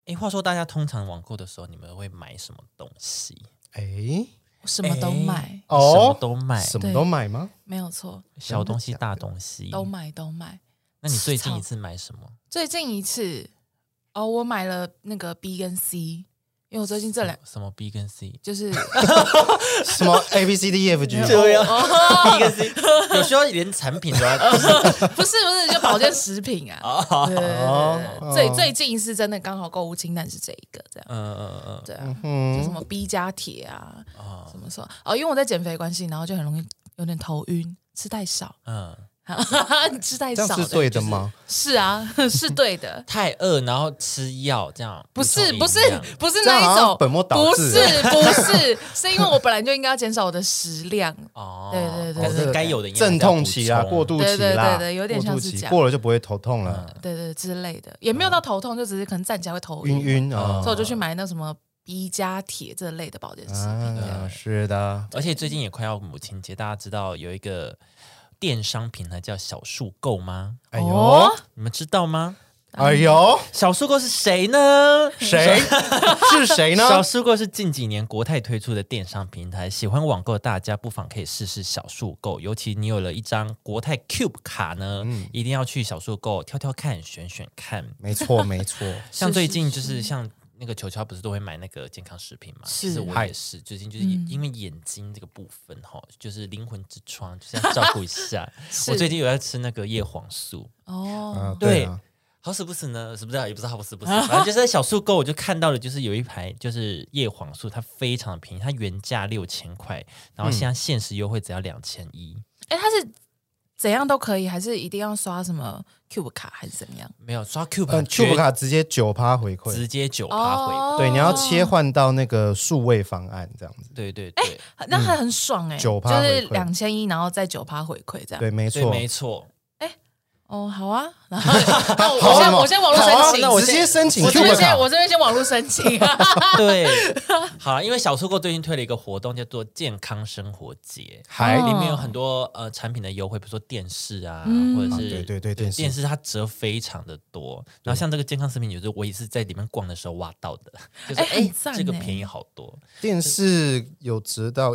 话说大家通常网购的时候，你们会买什么东西？ 我什么都买什么都买， 什么都买吗？ 没有错， 小东西大东西都买。 那你最近一次买什么？ 最近一次我买了那个 B 跟 C， 因为我最近这两什么 B 跟 C 就是什么 A B C D E F G 对啊，B 跟 C 有需要连产品都要不是就保健食品啊。对，最近一次真的刚好购物清单是这一个这样。对啊，就什么 B 加铁啊，什么因为我在减肥关系，然后就很容易有点头晕，吃太少。吃太少， 这样是对的吗？ 是啊，是对的。 太饿，然后吃药这样， 不是那一种， 本末倒置。 不是，是因为我本来就应该要减少我的食量。对， 该有的阵痛期啊，过渡期啦， 对，有点像是这样。 过了就不会头痛了。 对之类的，也没有到头痛，就只是可能站起来会头晕所以我就去买那什么 B 加铁这类的保健食品。 是的， 而且最近也快要母亲节，大家知道有一个电商平台叫小树购吗？ 哎呦， 你们知道吗？ 哎呦， 小树购是谁呢？ 谁是谁呢？ 小树购是近几年国泰推出的电商平台，喜欢网购的大家不妨可以试试小树购。尤其你有了一张国泰 Cube 卡呢，一定要去小树购挑挑看、选选看。 没错。 像最近就是像那个球球不是都会买那个健康食品嘛？其实我也是，最近就是因为眼睛这个部分就是灵魂之窗，就是要照顾一下。我最近有在吃那个叶黄素对。好死不死呢，是不是也不知道好死不死，反正就是在小树购我就看到了，就是有一排就是叶黄素，它非常的便宜，它原价6000块，然后现在限时优惠只要2100。 它是怎样都可以，还是一定要刷什么 Cube 卡，还是怎么样？ 没有刷 Cube 卡直接9%回馈， 直接9%回馈。 对，你要切换到那个数位方案这样子。 对， 那很爽9%就是2100，然后再9%回馈这样。 对，没错。 好啊，然后我先网络申请， 那我直接申请，我这边先网络申请。 对，好，因为小树购最近推了一个活动，叫做健康生活节，里面有很多产品的优惠，比如说电视啊，或者是对电视它折非常的多。然后像这个健康食品，有时候我也是在里面逛的时候挖到的，就是这个便宜好多。 电视有折到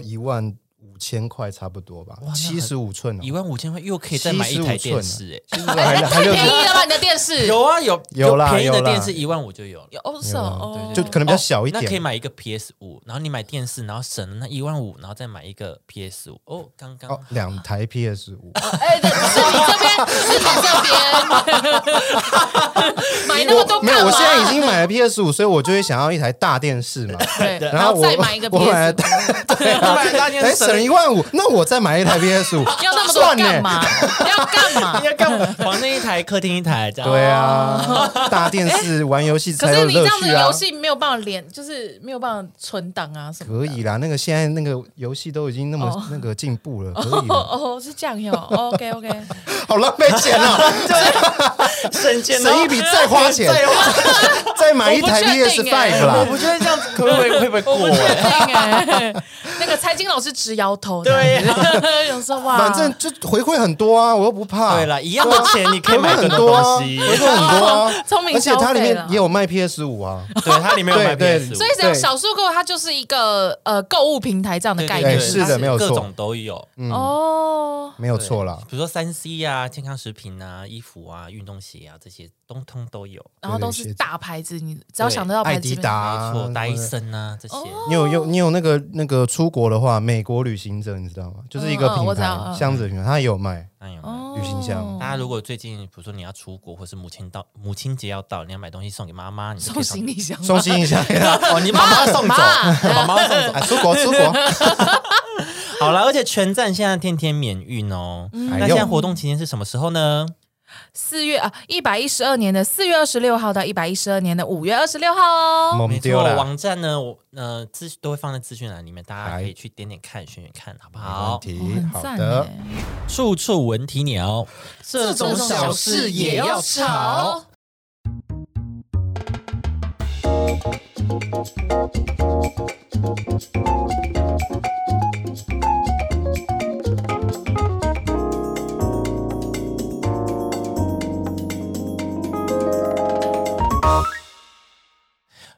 15000块差不多吧，75寸 ，15000块又可以再买一台电视太便宜了吧？你的电视有啊，有啦，便宜的电视15000就有了， 就可能比较小一点。 那可以买一个 PS5，然后你买电视，然后省了那15000，然后再买一个 PS5。刚刚 2台 PS5。 是你这边买那么多干嘛？ 没有，我现在已经买了 PS5，所以我就会想要一台大电视嘛。 对， 然后再买一个 PS5。 对，买大电视省了15000，那我再买一台 PS5， 要那么多干嘛？要干嘛？ 房间一台，客厅一台，这样。 对啊，大电视玩游戏才有乐趣啊。可是你这样子游戏没有办法连，就是没有办法存档啊什么的。 可以啦，那个现在那个游戏都已经那么那个进步了，可以。 是这样哟。OK， 好浪费钱啊！ 省钱， 省一笔再花钱，再买一台 PS5 啦。 我不觉得这样会不会过？ 那个财经老师直摇头。 对呀， 有时候哇， 反正就回馈很多啊，我又不怕。 对啦，一样的钱你可以买很多东西， 回馈很多啊， 聪明消费了。 而且它里面也有卖 PS5 啊， 对，它里面有卖 PS5， 所以这样小树购它就是一个购物平台这样的概念。 是的，没有错， 各种都有。 没有错啦。 比如说3C 啊、健康食品啊、衣服啊、运动鞋啊，这些通通都有， 然后都是大牌子，你只要想得到牌子， 艾迪达、 没错，戴森啊这些。 你有那个出国的话，美国旅行者你知道吗？就是一个品牌，箱子的品牌，它也有卖旅行箱。 大家如果最近比如说你要出国，或是母亲节要到，你要买东西送给妈妈，你送行李箱， 送行李箱你妈妈送走，妈妈送走， 出国。 好了，而且全站现在天天免运哦。那现在活动期间是什么时候呢 ？112年的4月26号到112年的5月26号哦。 没错，网站呢，都会放在资讯栏里面，大家可以去点点看、选选看，好不好？ 没问题，好的。 处处闻啼鸟， 这种小事也要吵。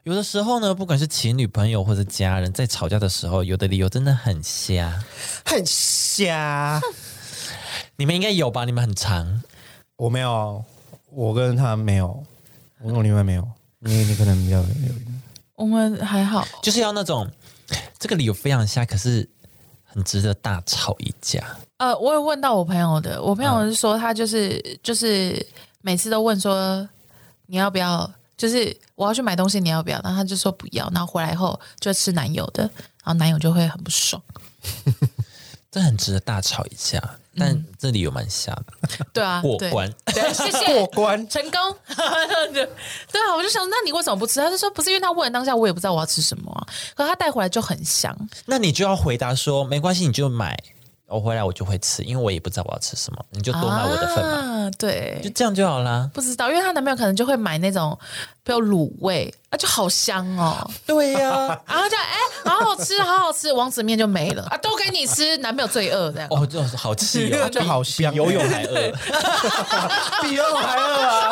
有的时候呢，不管是情侣、朋友或者家人，在吵架的时候，有的理由真的很瞎， 很瞎。 你们应该有吧？你们很长， 我没有，我跟他没有，我跟我另外没有，你可能比较有。 我们还好， 就是要那种这个理由非常瞎，可是很值得大吵一架。 我有问到我朋友的，我朋友是说他就是每次都问说你要不要，就是我要去买东西你要不要，然后他就说不要，然后回来后就吃男友的，然后男友就会很不爽。 这很值得大吵一架，但这理由蛮瞎的。 对啊， 过关， 对，谢谢， 过关成功。对啊，我就想，那你为什么不吃？他就说不是，因为他问当下我也不知道我要吃什么啊，可是他带回来就很香。 那你就要回答说没关系，你就买。我回来我就会吃，因为我也不知道我要吃什么，你就多买我的份嘛。 对， 就这样就好啦。 不知道，因为她男朋友可能就会买那种比如卤味，就好香哦。 对呀， 然后就好好吃，好好吃，王子面就没了啊，都给你吃，男朋友最饿这样。 哦，就好气哦， 就好香， 比游泳还饿， 比游泳还饿啊！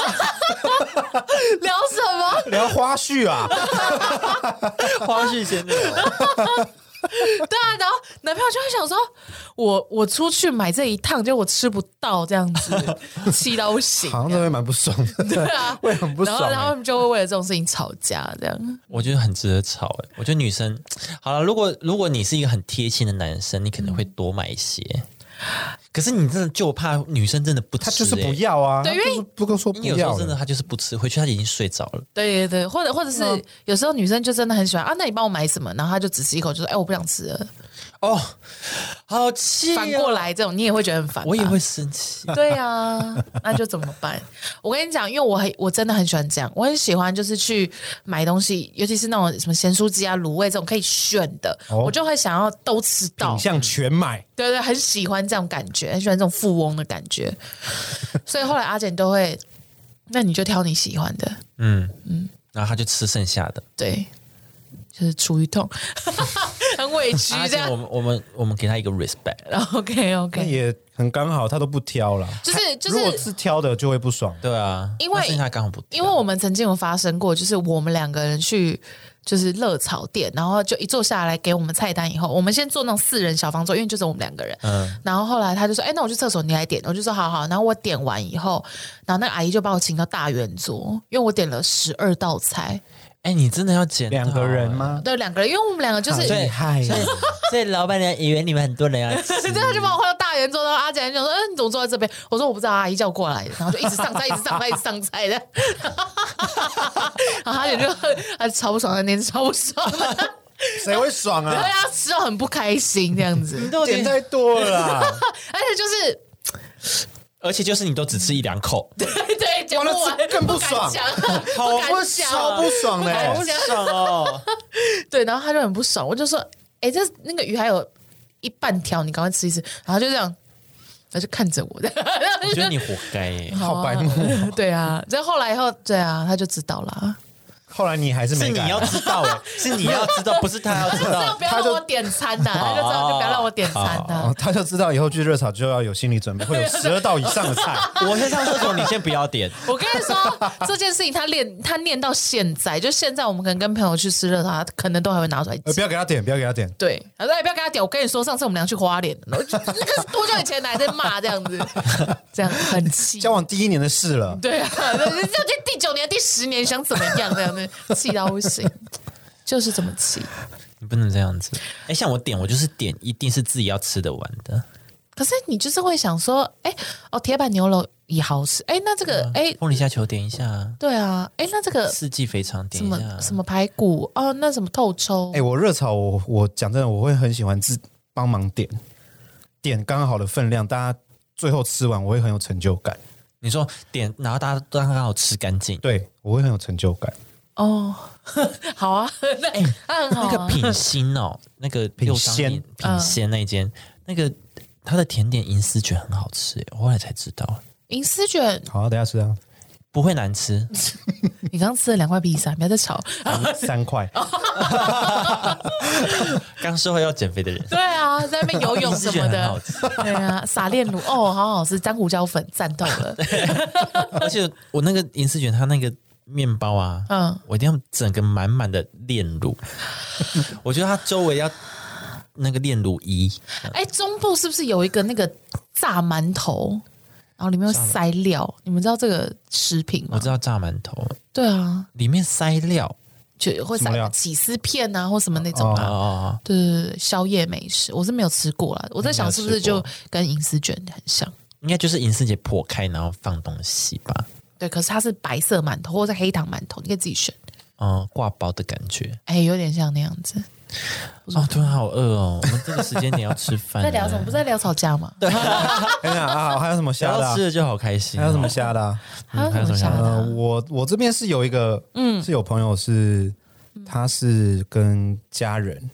聊什么？ 聊花絮啊， 花絮先聊。 对啊，然后男朋友就会想说，我出去买这一趟，结果我吃不到这样子，气到不行， 好像都会蛮不爽的。 对啊， 会很不爽。 然后他们就会为了这种事情吵架，这样。 我觉得很值得吵我觉得女生好了，如果你是一个很贴心的男生，你可能会多买一些。可是你真的就怕女生真的不吃， 她就是不要啊， 对，因为不跟说不要， 有时候真的她就是不吃，回去她已经睡着了。 对对对，或者是有时候女生就真的很喜欢啊，那你帮我买什么？然后她就只吃一口，就说我不想吃了。 哦，好气！ 反过来这种你也会觉得很烦， 我也会生气。 对啊，那就怎么办？我跟你讲，因为我真的很喜欢这样，我很喜欢就是去买东西，尤其是那种什么咸酥鸡啊、卤味这种可以选的，我就会想要都吃到， 品项全买。 对对，很喜欢这种感觉，很喜欢这种富翁的感觉。所以后来阿简都会，那你就挑你喜欢的， 然后他就吃剩下的， 对。就是出一通，很委屈这样。 我们给他一个 respect， 然后 OK， 也很刚好，他都不挑了。 就是， 如果是挑的就会不爽。 对啊， 因为他刚好不挑， 因为我们曾经有发生过，就是我们两个人去就是热炒店，然后就一坐下来给我们菜单以后，我们先做那种4人小方桌，因为就是我们2个人。然后后来他就说：“那我去厕所，你来点。”我就说：“好好。”然后我点完以后，然后那个阿姨就把我请到大圆桌，因为我点了12道菜。 你真的要捡 2个人吗？ 对，2个人，因为我们2个就是厉害， 所以老板娘以为你们很多人要吃， 对，他就把我换到大圆桌，然后阿简就说：“你怎么坐在这边？”我说：“我不知道，阿姨叫我过来的。”然后就一直上菜，一直上菜，一直上菜的。然后阿简就超不爽的，脸超不爽的。 谁会爽啊？ 对啊，吃到很不开心这样子， 点太多了啦， 而且就是你都只吃1-2口， 对，讲不完更不爽， 好不爽， 超不爽的， 好不爽哦。 对，然后他就很不爽，我就说：“这那个鱼还有一半条，你赶快吃一吃。”然后就这样，他就看着我的， 我觉得你活该好白目。 对啊，这后来以后，对啊，他就知道了。 后来你还是没改， 是你要知道是你要知道，不是他要知道。 不要让我点餐的，他就知道就不要让我点餐的。 他就知道以后去热炒就要有心理准备，会有12道以上的菜。 我先上厕所，你先不要点。 我跟你说这件事情，他念到现在，就现在我们可能跟朋友去吃热炒，他可能都还会拿出来。 不要给他点，不要给他点。 对，他说不要给他点。我跟你说，上次我们俩去花莲，那个是多久以前还在骂这样子，这样很气。 交往第1年的事了。 对啊，第9年、第10年想怎么样这样的，气到不行，就是这么气。 你不能这样子。像我点，我就是点，一定是自己要吃得完的。 可是你就是会想说，铁板牛肉也好吃，那这个凤梨虾球点一下， 对啊，那这个四季肥肠点一下， 什么排骨哦，那什么透抽， 我热炒我讲真的，我会很喜欢帮忙点刚好的分量，大家最后吃完我会很有成就感。 你说点，然后大家都刚好吃干净， 对我会很有成就感。 哦，好啊，那很好啊。 那个品心那个品鲜那一间，那个它的甜点银丝卷很好吃，我后来才知道。 银丝卷好，等一下吃啊， 不会难吃。 你刚吃了2块披萨，不要再吵。 3块。 刚说要减肥的人， 对啊，在那边游泳什么的，对啊，撒炼乳好好吃，沾胡椒粉，赞透了。 而且我那个银丝卷，它那个面包啊，我一定要整个满满的炼乳，我觉得它周围要那个炼乳衣。 中部是不是有一个那个炸馒头，然后里面会塞料？你们知道这个食品吗？ 我知道炸馒头， 对啊， 里面塞料。 就会塞起司片啊，或什么那种啊，对，宵夜美食，我是没有吃过啦。我在想是不是就跟银丝卷很像？ 应该就是银丝节破开，然后放东西吧。 对，可是它是白色馒头或者黑糖馒头，你可以自己选。 挂包的感觉， 有点像那样子。 突然好饿哦！我们这个时间点要吃饭。 在聊什么？不是在聊吵架吗？ 对。 还有什么虾的？ 吃的就好开心。 还有什么虾的？ 还有什么虾的？ 我这边是有一个，是有朋友是，他是跟家人，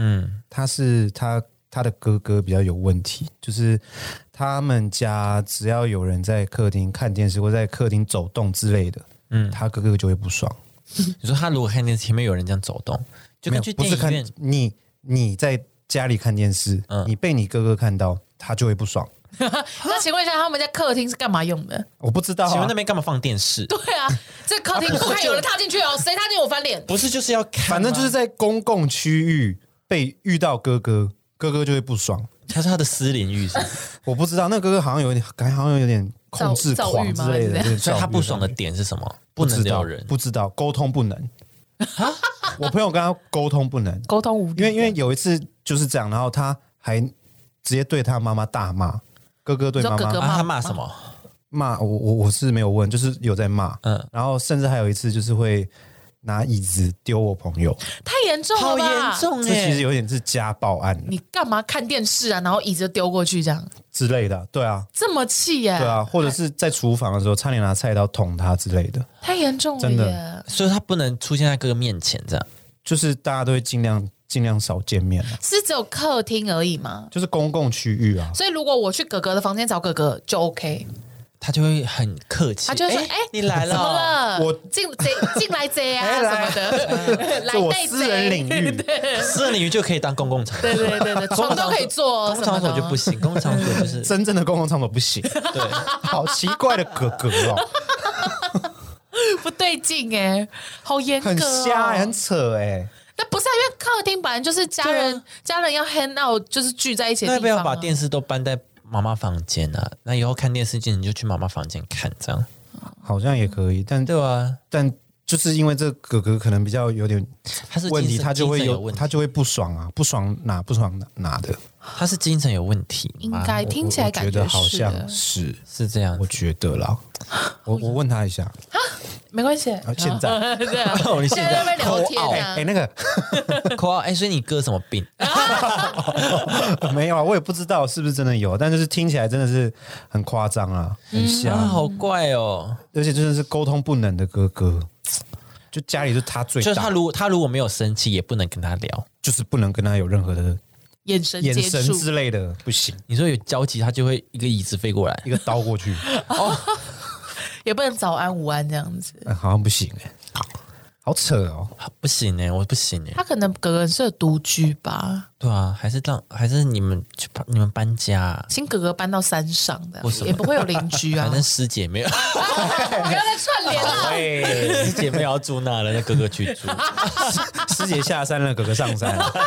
他的哥哥比较有问题，就是他们家只要有人在客厅看电视或在客厅走动之类的，他哥哥就会不爽。 你说他如果看电视前面有人这样走动，就跟去电影院， 你在家里看电视，你被你哥哥看到，他就会不爽。 那请问一下，他们在客厅是干嘛用的？ 我不知道。 请问那边干嘛放电视？ 对啊，这客厅不看有人踏进去哦，谁踏进我翻脸？ 不是就是要看， 反正就是在公共区域被遇到哥哥就会不爽。 他是他的私领域是？ 我不知道，那哥哥好像有点控制狂之类的， 所以他不爽的点是什么？不能撩人， 不知道沟通不能。我朋友跟他沟通不能， 沟通无力。 因为有一次就是这样，然后他还直接对他妈妈大骂，哥哥对妈妈， 他骂什么？ 骂我是没有问，就是有在骂，然后甚至还有一次就是会拿椅子丢我朋友， 太严重了吧？ 好严重这其实有点是家暴案。 你干嘛看电视啊？然后椅子丢过去这样之类的，对啊， 这么气耶？ 对啊，或者是在厨房的时候差点拿菜刀捅他之类的， 太严重了， 真的。 所以他不能出现在哥哥面前，这样就是大家都会尽量少见面啊。 是只有客厅而已吗？ 就是公共区域啊。 所以如果我去哥哥的房间找哥哥就 OK。 他就会很客气， 他就说：“ 你来了， 怎么了？ 我进来贼啊什么的， 来我私人领域， 私人领域就可以当公共场所， 对，床都可以坐， 公共场所就不行，公共场所就是真正的公共场所不行。对，好奇怪的哥哥哦， 不对劲好严格， 很瞎很扯那不是因为客厅本来就是家人要 hang out， 就是聚在一起的地方。 那要不要把电视都搬在妈妈房间啊？那以后看电视机你就去妈妈房间看，这样好像也可以。但对啊， 但就是因为这哥哥可能比较有点问题，他就会不爽啊，不爽哪的。 他是精神有问题， 应该听起来感觉好像是这样， 我觉得啦。我问他一下没关系。 现在对啊， 你现在在聊天啊？ 那个口号所以你哥什么病？ 没有啊，我也不知道是不是真的有，但就是听起来真的是很夸张啊，很瞎， 好怪哦。 而且真的是沟通不能的哥哥，就家里就他最大， 就是他如果没有生气，也不能跟他聊， 就是不能跟他有任何的眼神之类的，不行。 你说有交集，他就会一个椅子飞过来， 一个刀过去。 也不能早安午安这样子， 好像不行好扯哦， 不行我不行他可能哥哥适合独居吧？ 对啊，还是你们搬家， 请哥哥搬到山上的，也不会有邻居啊。 反正师姐没有， 不要再串联了。师姐妹要住那了，那哥哥去住。 师姐下山了，哥哥上山了。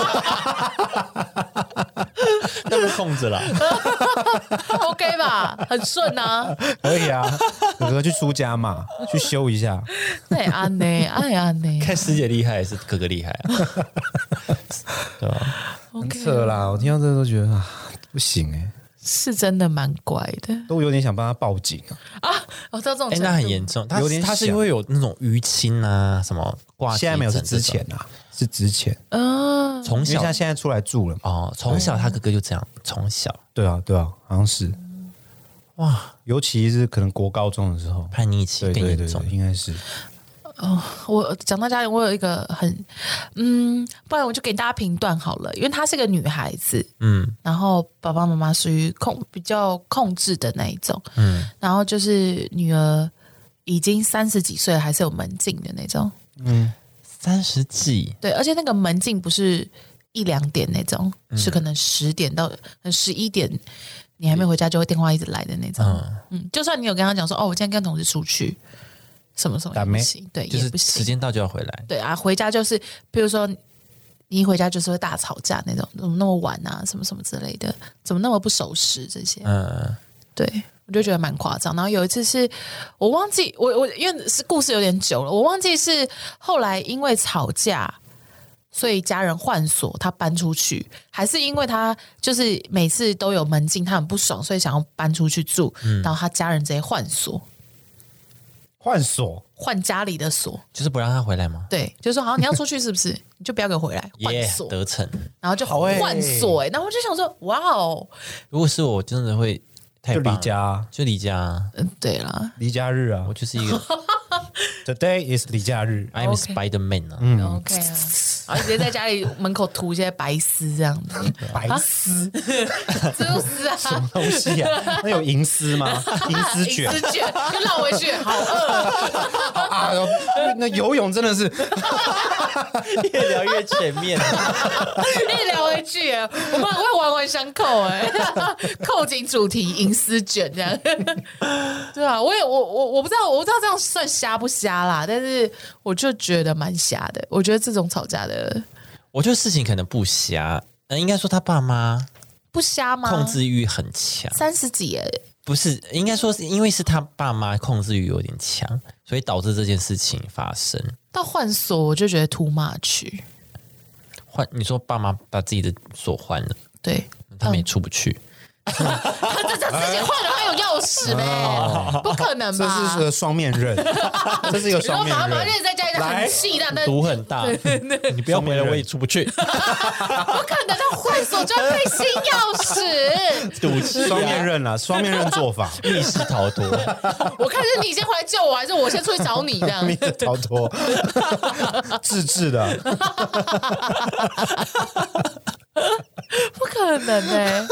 那不空着了 ，OK 吧？很顺啊， 可以啊。哥哥去出家嘛，去修一下。 哎安呢？ 看师姐厉害还是哥哥厉害啊？对吧？ 很扯啦！我听到这个都觉得不行是真的蛮怪的， 都有点想帮他报警我知道这种程度， 那很严重。他是因为有那种淤青啊，什么挂。 现在没有，是之前啊，是之前。 从小因为他现在出来住了嘛。 从小他哥哥就这样，从小。 对啊，好像是。哇，尤其是可能国高中的时候， 叛逆期更严重， 应该是。 我讲到家里，我有一个不然我就给大家评断好了，因为她是个女孩子，然后爸爸妈妈属于比较控制的那一种，然后就是女儿已经30几岁了，还是有门禁的那种 ，30几， 对，而且那个门禁不是1、2点那种，是可能10点到11点，你还没回家就会电话一直来的那种，就算你有跟他讲说，我今天跟同事出去。 什么也不行，对， 就是也不行， 时间到就要回来。 对啊，回家就是，比如说你一回家就是会大吵架那种，怎么那么晚啊，什么什么之类的，怎么那么不守时这些，对。我就觉得蛮夸张，然后有一次是我忘记我因为是故事有点久了，我忘记是后来因为吵架，所以家人换锁，他搬出去，还是因为他就是每次都有门禁，他很不爽，所以想要搬出去住，然后他家人直接换锁，换家里的锁， 就是不让他回来吗？ 对，就是说好，你要出去是不是？你就不要给我回来，换锁得逞， 然后就换锁，然后我就想说，哇哦， 如果是我真的会。 就离家， 对啦， 离家日啊， 我就是一个 Today is 离假日 ，I'm Spider-Man 啊，OK 啊，然后直接在家里门口涂一些白丝这样子， 白丝， 蜘蛛丝啊， 什么东西啊？那有银丝吗？银丝卷， 就绕回去，好饿啊！那游泳真的是越聊越前面， 越聊回去，我们会环环相扣扣紧主题，银丝卷这样，对啊，我不知道这样算瞎不瞎啦，但是我就觉得蛮瞎的。我觉得这种吵架的， 我觉得事情可能不瞎，应该说他爸妈不瞎吗？ 控制欲很强 ，30几耶， 不是，应该说是因为是他爸妈控制欲有点强，所以导致这件事情发生。 到换锁我就觉得 too much。 你说爸妈把自己的锁换了， 对， 他们也出不去。 他自己换了，他有钥匙呗？不可能吧？ 这是个双面刃，这是一个双面刃。 然后在家里很气，但毒很大。你不要回来，我也出不去。不可能，他换锁就要配新钥匙。 赌气， 双面刃啊，双面刃做法， 密室逃脱。 我看是你先回来救我，还是我先出去找你这样？ 密室逃脱，自制的。 不可能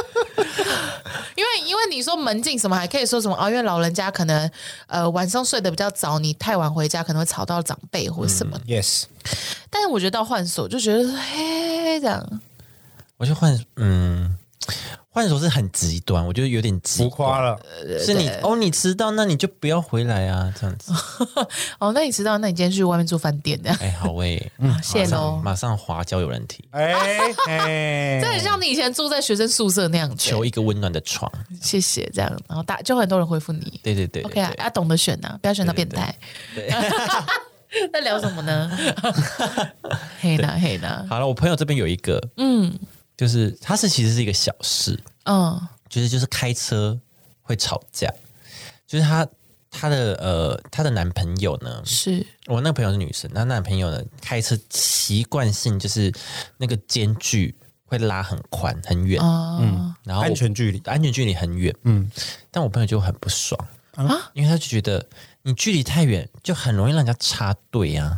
因为你说门禁什么，还可以说什么因为老人家可能晚上睡得比较早，你太晚回家可能会吵到长辈或什么。 Yes， 但是我觉得到换锁就觉得嘿这样， 我就换手是很极端，我觉得有点极端浮夸了。 是你迟到，那你就不要回来啊，这样子。 那你迟到，那你今天去外面住饭店的。 好谢喽， 马上滑交友软体。 这很像你以前住在学生宿舍那样子， 求一个温暖的床。 谢谢，这样，然后就很多人回复你。 对 ，OK 啊，要懂得选啊，不要选到变态。对。在聊什么呢？黑呢。 好了，我朋友这边有一个，就是其实是一个小事，就是开车会吵架，就是她的男朋友呢， 是我那个朋友是女生，那男朋友呢开车习惯性就是那个间距会拉很宽很远，然后安全距离很远，但我朋友就很不爽因为他就觉得你距离太远，就很容易让人家插队啊。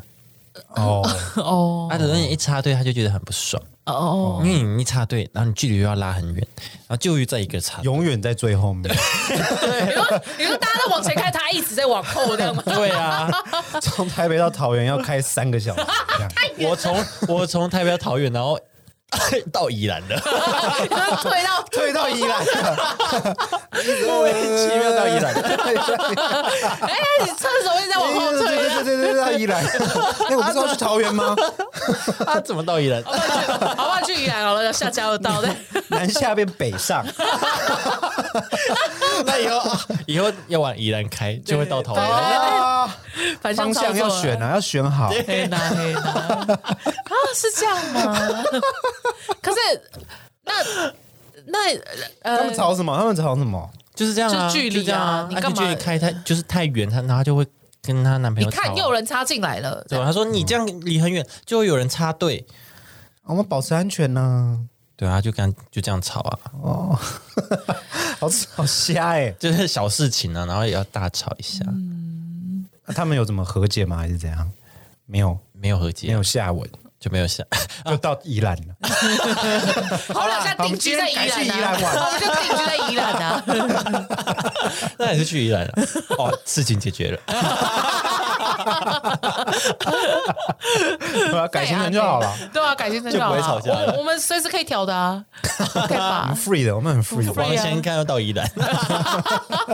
等人一插队，他就觉得很不爽。因为你一插队，然后你距离又要拉很远，然后就在一个插队， 永远在最后面。 你说大家都往前开，他一直在往后，这样吗？ 对啊， 从台北到桃园要开3个小时。 我从台北到桃园，然后到宜兰的， 退到宜兰的， 莫名其妙到宜兰。 你厕所一直在往后退， 对，到宜兰。我不是要去桃园吗？ 他怎么到宜兰？ 好不好去宜兰好了，下交流道的南下变北上。 那以后要往宜兰开，就会到桃园。 方向要选啊，要选好。 黑拿是这样吗？可是那他们吵什么？ 就是这样啊， 就距离啊， 你干嘛？距离开太远，然后他就会跟她男朋友吵。 你看，又有人插进来了， 对吧？他说你这样离很远，就会有人插队。 我们保持安全呢。 对啊，就这样吵啊。 好瞎就是小事情啊，然后也要大吵一下。 他们有怎么和解吗？还是怎样？没有和解，没有下文。 就没有下， 就到宜兰了。 好了，现在定居在宜兰啊，我们就定居在宜兰啊。 那也是去宜兰了。事情解决了。 对啊，改行程就好了。 对啊，改行程就好了， 就不会吵架了。 我们随时可以调的啊，可以吧？ 我们 free 的，我们很 free 的。 往前看要到宜兰。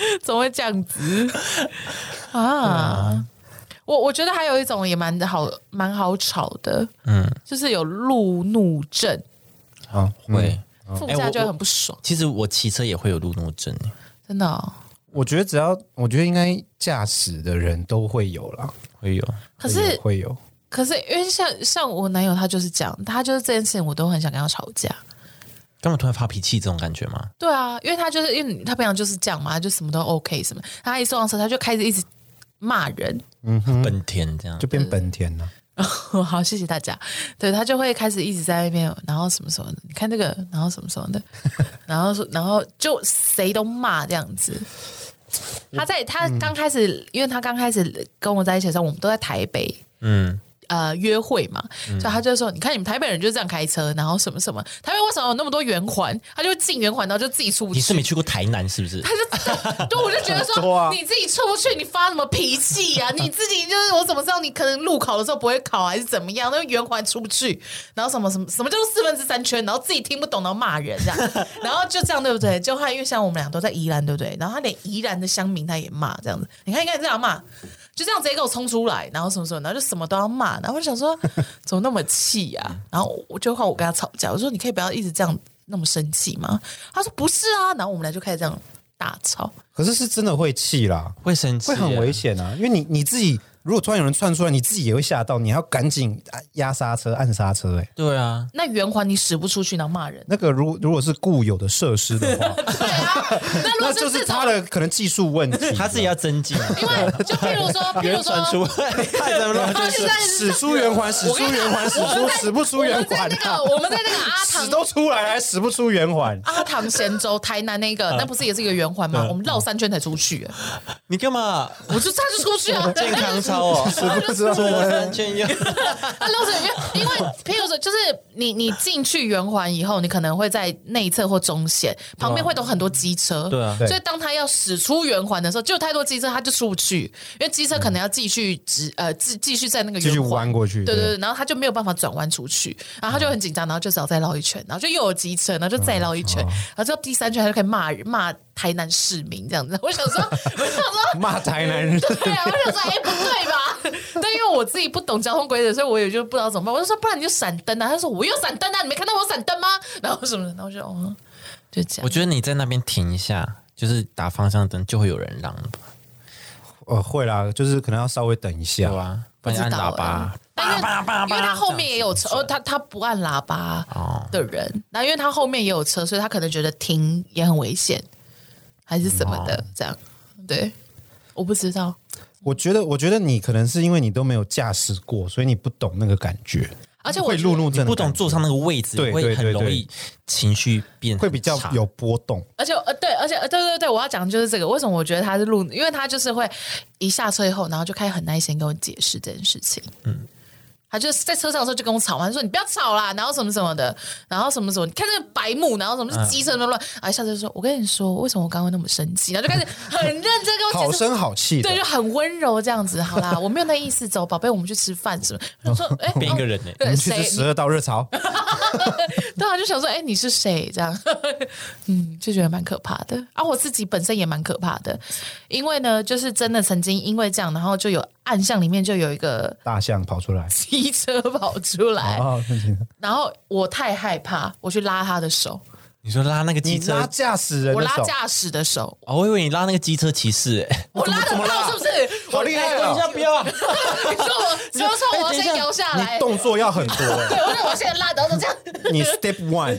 怎么会这样子啊？我觉得还有一种也蛮好吵的，就是有路怒症啊，会副驾就会很不爽。 其实我骑车也会有路怒症， 真的哦。 我觉得应该驾驶的人都会有啦， 会有。 可是会有， 可是因为像我男友他就是这样，他就是这件事情我都很想跟他吵架。 干嘛突然发脾气这种感觉吗？ 对啊，因为他平常就是这样嘛，就什么都 OK 什么。他一坐上车，他就开始一直骂人， 本田这样就变本田了。 好，谢谢大家。对，他就会开始一直在那边，然后什么什么的，你看这个，然后什么什么的，然后就谁都骂这样子。他刚开始，因为他刚开始跟我在一起的时候，我们都在台北，约会嘛，所以他就说：“你看你们台北人就是这样开车，然后什么什么，台北为什么有那么多圆环？他就进圆环，然后就自己出不去。” 你是没去过台南是不是？ 他就对，我就觉得说，你自己出不去，你发什么脾气呀？你自己就是我怎么知道你可能路考的时候不会考还是怎么样？那圆环出不去，然后什么叫做3/4圈，然后自己听不懂，然后骂人这样，然后就这样对不对？就因为像我们俩都在宜兰对不对？然后他连宜兰的乡民他也骂这样子，你看这样骂。就这样直接给我冲出来，然后什么什么，然后就什么都要骂，然后我想说怎么那么气啊？然后我就换我跟他吵架，我说你可以不要一直这样那么生气吗？他说不是啊，然后我们俩就开始这样大吵。 可是真的会气啦， 会生气， 会很危险啊！因为你自己如果突然有人窜出来，你自己也会吓到，你还要赶紧压刹车、按刹车。 对啊， 那圆环你驶不出去，然后骂人。 那个如果是固有的设施的话， 对啊， 那就是他的可能技术问题， 他自己要增进。 因为就譬如说， 传出太怎么了？ 就是驶出圆环，驶不出圆环。 我们在那个阿唐驶都出来，还驶不出圆环。 阿唐咸州台南那个，那不是也是一个圆环吗？我们绕3圈才出去。 你干嘛？ 他就出去啊， 健康操哦， 是不是做 3圈又？ 他绕着因为譬如说，就是你进去圆环以后，你可能会在内侧或中线旁边会有很多机车， 对啊， 所以当他要驶出圆环的时候，就有太多机车，他就出不去，因为机车可能要继续继续在那个圆环继续弯过去， 对，然后他就没有办法转弯出去，然后他就很紧张，然后就只好再绕一圈，然后就又有机车，然后就再绕一圈，然后之后第3圈他就可以骂台南市民这样子。我想说骂台南人， 对啊，我想说不对吧？但因为我自己不懂交通规则，所以我也就不知道怎么办。我就说不然你就闪灯啊，他说我有闪灯啊，你没看到我闪灯吗？然后什么的，然后我就就这样。 我觉得你在那边停一下，就是打方向灯，就会有人让吧。 会啦，就是可能要稍微等一下， 对啊，不然按喇叭。 因为他后面也有车，他不按喇叭的人，然后因为他后面也有车，所以他可能觉得停也很危险，还是什么的，这样。对，我不知道。 我觉得你可能是因为你都没有驾驶过，所以你不懂那个感觉。 而且会路怒症， 不懂坐上那个位置，会很容易情绪变， 会比较有波动。 而且对，我要讲的就是这个。为什么我觉得他是路怒？因为他就是会一下车以后，然后就开始很耐心跟我解释这件事情。他就在车上的时候就跟我吵嘛，他说你不要吵啦，然后什么什么的，然后什么什么，你看这个白目，然后什么是机车那么乱，啊，下次就说，我跟你说，为什么我刚刚那么生气，然后就开始很认真跟我解释， 好声好气， 对，就很温柔这样子。好啦，我没有那意思，走，宝贝，我们去吃饭什么？他说， 变一个人呢， 我们去吃12道热炒。 对啊，就想说，你是谁？这样，就觉得蛮可怕的啊。我自己本身也蛮可怕的，因为呢，就是真的曾经因为这样，然后就有暗巷里面就有一个大象跑出来。 机车跑出来，然后我太害怕，我去拉他的手。 你说拉那个机车， 拉驾驶人的手， 我拉驾驶的手。 我以为你拉那个机车骑士， 我拉得到是不是？ 好厉害！等一下，不要！ 你说我要先摇下来， 你动作要很多。 对，我先拉，然后这样。 你 Step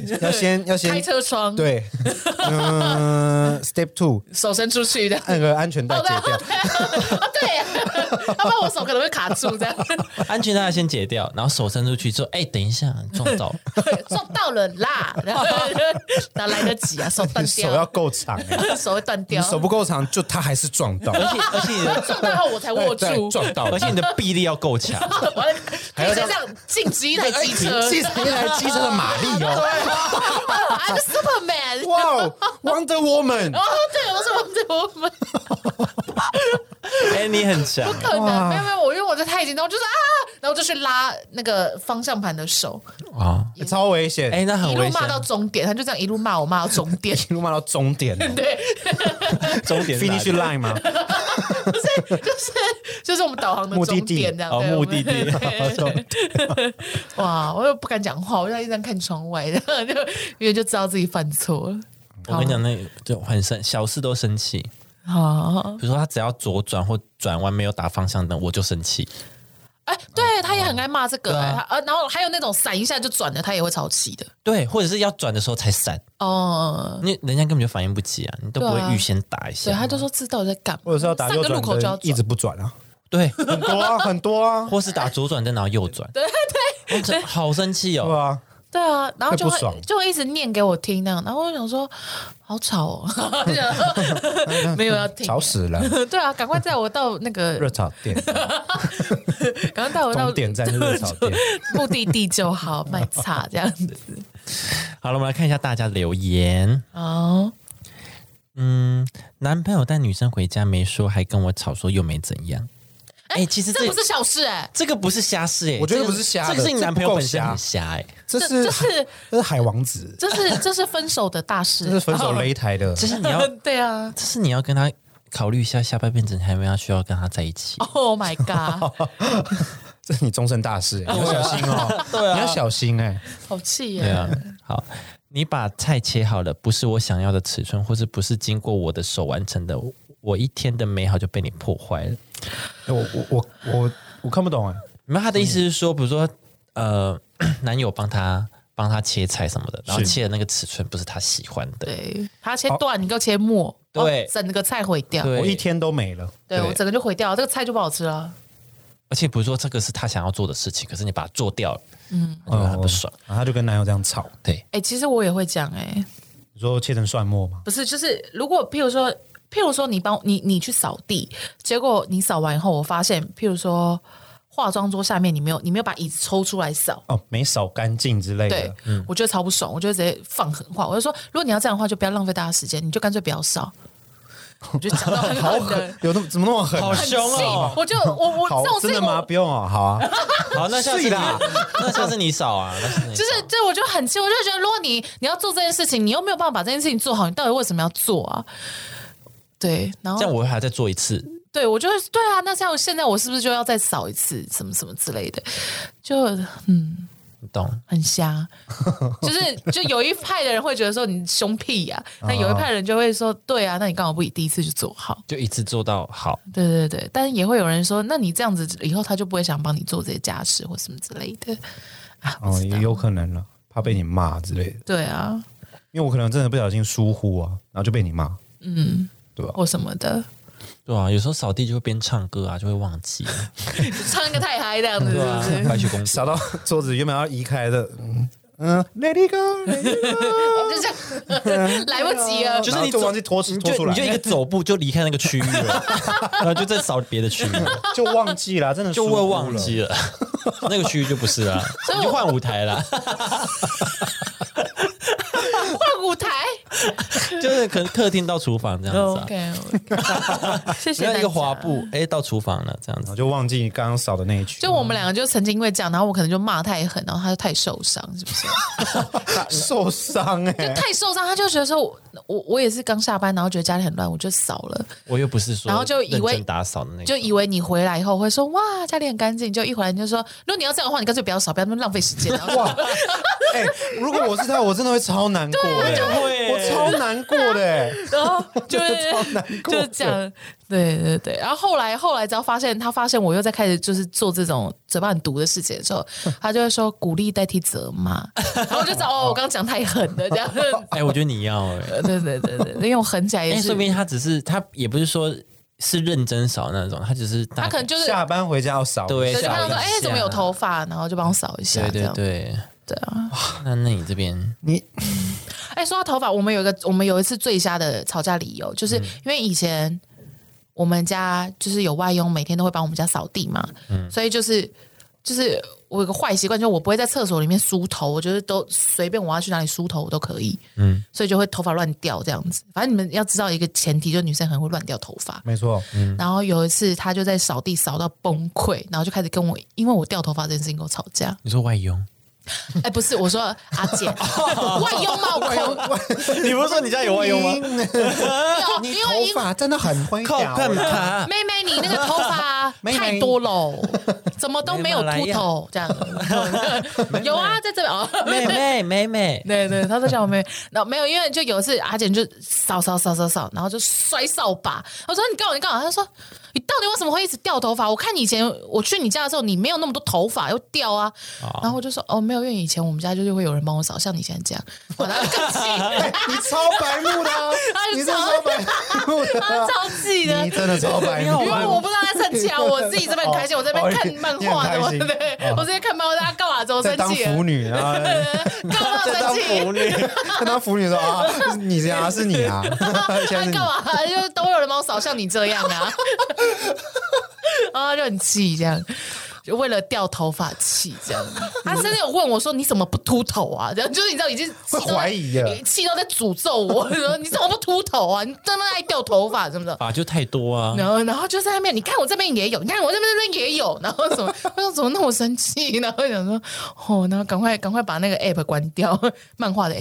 1要先开车窗， 对，Step 2 手伸出去的， 那个安全带解掉。 对，要不然我手可能会卡住这样。 安全带先解掉，然后手伸出去之后，等一下撞到了啦，哪来得及啊？手断掉， 手要够长， 手会断掉。 你手不够长，就他还是撞到， 而且你的撞到后我才握住， 撞到， 而且你的臂力要够强， 还要这样禁止一台机车， 禁止一台机车的马力哦。 I'm Superman， 哇，Wonder Woman， 对，我是 Wonder Woman。 哎，你很强， 不可能，没有，因为我在太紧张，我就是然后就去拉那个方向盘的手啊，超危险！ 哎，那很危险， 一路骂到终点，他就这样一路骂我，骂到终点， 一路骂到终点， 对， 终点 finish line 吗？ 不是，就是我们导航的终点这样， 目的地。 哇，我又不敢讲话，我就一直在看窗外，然后因为就知道自己犯错了。 我跟你讲，那就很小事都生气。比如说他只要左转或转弯没有打方向灯，我就生气。 哎，对他也很爱骂这个，然后还有那种闪一下就转的，他也会超气的。 对，或者是要转的时候才闪哦，因为人家根本就反应不及啊，你都不会预先打一下。 对，他就说知道在干嘛， 或者是要打右转灯，一直不转啊。 对， 很多啊， 或是打左转灯然后右转。 对， 好生气哦。 对啊。 对啊，然后就会一直念给我听那样，然后我想说好吵哦，没有要听， 吵死了。 对啊，赶快载我到那个热炒店， 赶快带我到终点站就热炒店， 目的地就好，卖茶这样子。 好了，我们来看一下大家留言哦。男朋友带女生回家没说，还跟我吵说又没怎样。哎，其实这不是小事哎， 这个不是瞎事哎， 我觉得不是瞎的， 这个是你男朋友本身很瞎哎， 这是海王子， 这是分手的大事， 这是分手擂台的， 这是你要对啊， 这是你要跟他考虑一下下半辈子还有没有需要跟他在一起。 Oh my god， 这是你终身大事，你要小心哦， 对啊， 你要小心哎， 好气耶， 对啊，好。你把菜切好了，不是我想要的尺寸，或是不是经过我的手完成的，我一天的美好就被你破坏了。 我看不懂哎。 没有，他的意思是说，比如说男友帮他切菜什么的，然后切的那个尺寸不是他喜欢的， 对，他切断，你给我切末， 对， 整个菜毁掉， 我一天都没了， 对我整个就毁掉了，这个菜就不好吃了。 而且比如说这个是他想要做的事情，可是你把它做掉了，他就很不爽， 然后他就跟男友这样吵。 对， 哎，其实我也会讲哎， 你说切成蒜末吗？ 不是，就是如果譬如说你去扫地，结果你扫完以后，我发现譬如说化妆桌下面你没有把椅子抽出来扫哦，没扫干净之类的， 对，我觉得超不爽，我就直接放狠话，我就说如果你要这样的话，就不要浪费大家时间，你就干脆不要扫。我就讲到很狠， 有怎么那么狠？ 好凶哦！ 我这种真的吗？不用哦，好啊， 好，那下次你扫啊， 就是对，我就很气，我就觉得如果你要做这件事情，你又没有办法把这件事情做好，你到底为什么要做啊？对，然后这样我还要再做一次。 对，我就对啊，那像现在我是不是就要再扫一次，什么什么之类的？就你懂， 很瞎，就有一派的人会觉得说你凶屁呀，但有一派人就会说对啊，那你干嘛不第一次就做好， 就一次做到好？ 对对对，但是也会有人说，那你这样子以后他就不会想帮你做这些家事或什么之类的也有可能了，怕被你骂之类的。 对啊， 因为我可能真的不小心疏忽啊，然后就被你骂，对吧？ 或什么的。 对啊，有时候扫地就会边唱歌啊，就会忘记了， 唱一个太嗨这样子， 白雪公主扫到桌子原本要移开的，Let it go， 就这样来不及了， 就是你就忘记拖出来， 你就一个走步就离开那个区域了，然后就再扫别的区域， 就忘记了，真的就会忘记了，那个区域就不是了，你就换舞台了。 换舞台， 就是可能客厅到厨房这样子。 OK， 谢谢。 那一个滑步，到厨房了这样子， 就忘记刚刚扫的那一区。 就我们两个就曾经因为这样，然后我可能就骂太狠，然后他就太受伤，是不是？ 受伤就太受伤，他就觉得说我也是刚下班，然后觉得家里很乱，我就扫了。 我又不是说， 然后就以为打扫的那个， 就以为你回来以后会说哇家里很干净，就一回来你就说，如果你要这样的话，你干脆不要扫，不要那么浪费时间。哇， 如果我是他，我真的会超难过的，我超难过的， 然后就是这样，对，然后后来只要他发现我又在开始就是做这种嘴巴很毒的事情的时候，他就会说鼓励代替责骂，然后我就知道我刚刚讲太狠了这样。 我觉得你要对，因为我狠起来也是， 说不定他也不是说是认真扫那种，他只是他可能就是下班回家要扫， 对， 就看到说怎么有头发，然后就帮我扫一下，对啊。 那你这边说到头发，我们有一次最瞎的吵架理由，就是因为以前我们家就是有外佣，每天都会帮我们家扫地嘛，所以就是就是我有个坏习惯，就是我不会在厕所里面梳头，我觉得都随便我要去哪里梳头我都可以，所以就会头发乱掉这样子。反正你们要知道一个前提，就是女生很会乱掉头发， 没错。 然后有一次她就在扫地扫到崩溃，然后就开始跟我，因为我掉头发这件事情跟我吵架。 你说外佣？ 哎，不是，我说阿姐，外佣吗？ 你不是说你家有外佣吗？ 你头发真的很会掉。 妹妹，你那个头发太多了，怎么都没有秃头这样？有啊，在这边哦， 妹妹， 对，他都叫我妹妹。然后没有，因为就有一次阿姐就扫，然后就摔扫把。我说你干嘛？他说你到底为什么会一直掉头发？我看以前我去你家的时候，你没有那么多头发又掉啊。然后我就说哦，没有，因为以前我们家就是会有人帮我扫，像你现在这样。我他就更气， 你超白目的，你超白目的， 他超气的， 你真的超白目。 因为我不知道他生气啊，我自己这边很开心，我这边看漫画的，对，我这边看漫画，他干嘛？怎么生气？ 当腐女啊， 干嘛生气？ 当腐女说啊，你呀是你啊， 他干嘛？就都有人帮我扫，像你这样啊，然后就很气这样。就为了掉头发气这样，他甚至有问我说：“你怎么不秃头啊？”这样就是你知道已经会怀疑了， 气到在诅咒我，说：“你怎么不秃头啊？你这么爱掉头发，什么的？” 发就太多啊。 然后就在那边，你看我这边也有，你看我这边也有，然后什么？我说怎么那么生气？然后想说哦，然后赶快把那个 app 关掉，漫画的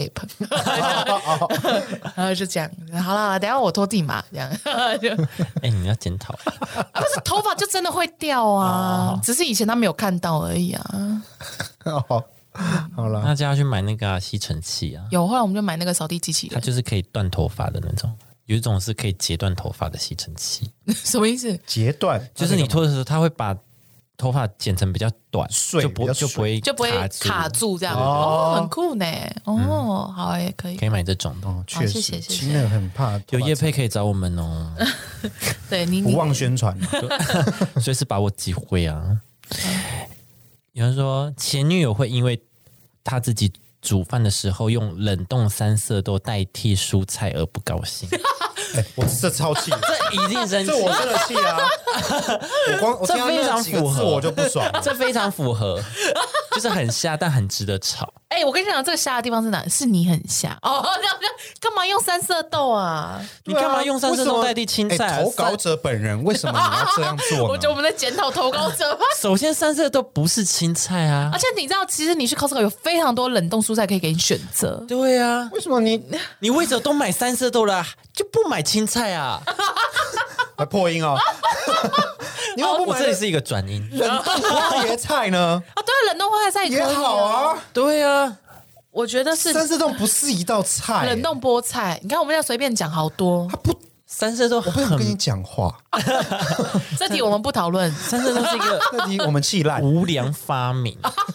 app， 然后就这样，好了，等一下我拖地嘛，这样就你要检讨， 不是头发就真的会掉啊，只是以前他没有看到而已啊。 好了， 那就要去买那个吸尘器啊。 有，后来我们就买那个扫地机器人， 它就是可以断头发的那种。有一种是可以截断头发的吸尘器。 什么意思？ 截断就是你拖的时候，它会把头发剪成比较短， 就不会卡住这样。哦，很酷呢。哦，好也可以买这种的。 确实， 谢谢。 亲人很怕有业配可以找我们哦。 对你不忘宣传， 随时把握机会啊。有人说前女友会因为他自己煮饭的时候用冷冻三色豆代替蔬菜而不高兴。 我这超气， 这一定生气， 这我真的气啊！我这非常符合， 我就不爽， 这非常符合，就是很瞎，但很值得吵。 我跟你讲，这个瞎的地方是哪？是你很瞎哦！干嘛用三色豆啊？ 你干嘛用三色豆代替青菜？ 投稿者本人为什么你要这样做呢？ 我觉得我们在检讨投稿者。 首先，三色豆不是青菜啊， 而且你知道，其实你去 Costco 有非常多冷冻蔬菜可以给你选择。 对啊， 为什么你为什么都买三色豆了，就不买青菜啊？ 还破音哦！你又不买， 我这里是一个转音。 冷冻花椰菜呢？ 啊，对啊，冷冻花椰菜也好啊。 对啊， 我觉得是三色豆不是一道菜， 冷冻菠菜。你看我们要随便讲好多， 它不三色豆，我不想跟你讲话。 这题我们不讨论， 三色豆是一个这题我们弃烂无良发明，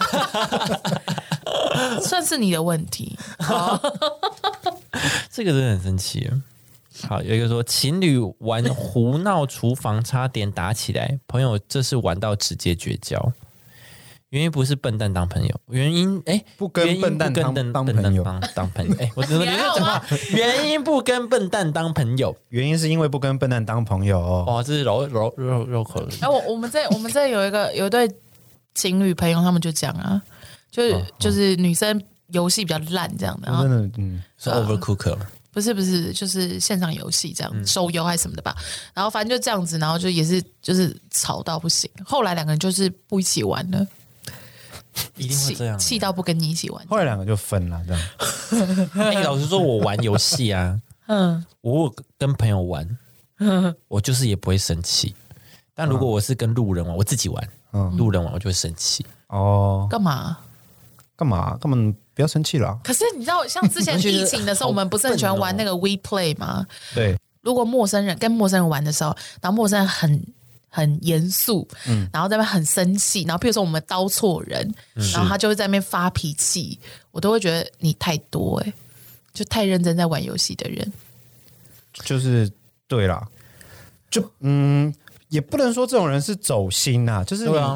算是你的问题。 这个真的很生气。好，有一个说情侣玩胡闹厨房差点打起来，朋友这是玩到直接绝交，原因不是笨蛋当朋友，原因不跟笨蛋当朋友， 我怎么你在讲话？原因不跟笨蛋当朋友， 原因是因为不跟笨蛋当朋友哦。 这是绕口令。 我们这有一对情侣朋友，他们就讲啊，就是女生游戏比较烂这样的， 真的是 Overcooked 吗？ 不是，就是线上游戏这样，手游还是什么的吧。然后反正就这样子，然后就也是就是吵到不行。后来两个人就是不一起玩了， 一定会这样， 气到不跟你一起玩。 后来两个就分了，这样。 老实说，我玩游戏啊，我跟朋友玩，我就是也不会生气。但如果我是跟路人玩，我自己玩，路人玩我就会生气。 哦， 干嘛？ 不要生气了。 可是你知道，像之前疫情的时候，我们不是很喜欢玩那个 WePlay 吗？ 对。 如果跟陌生人玩的时候，然后陌生人很严肃，然后在那边很生气，然后比如说我们刀错人，然后他就会在那边发脾气，我都会觉得你太多就太认真在玩游戏的人。 就是对啦，就也不能说这种人是走心啊，就是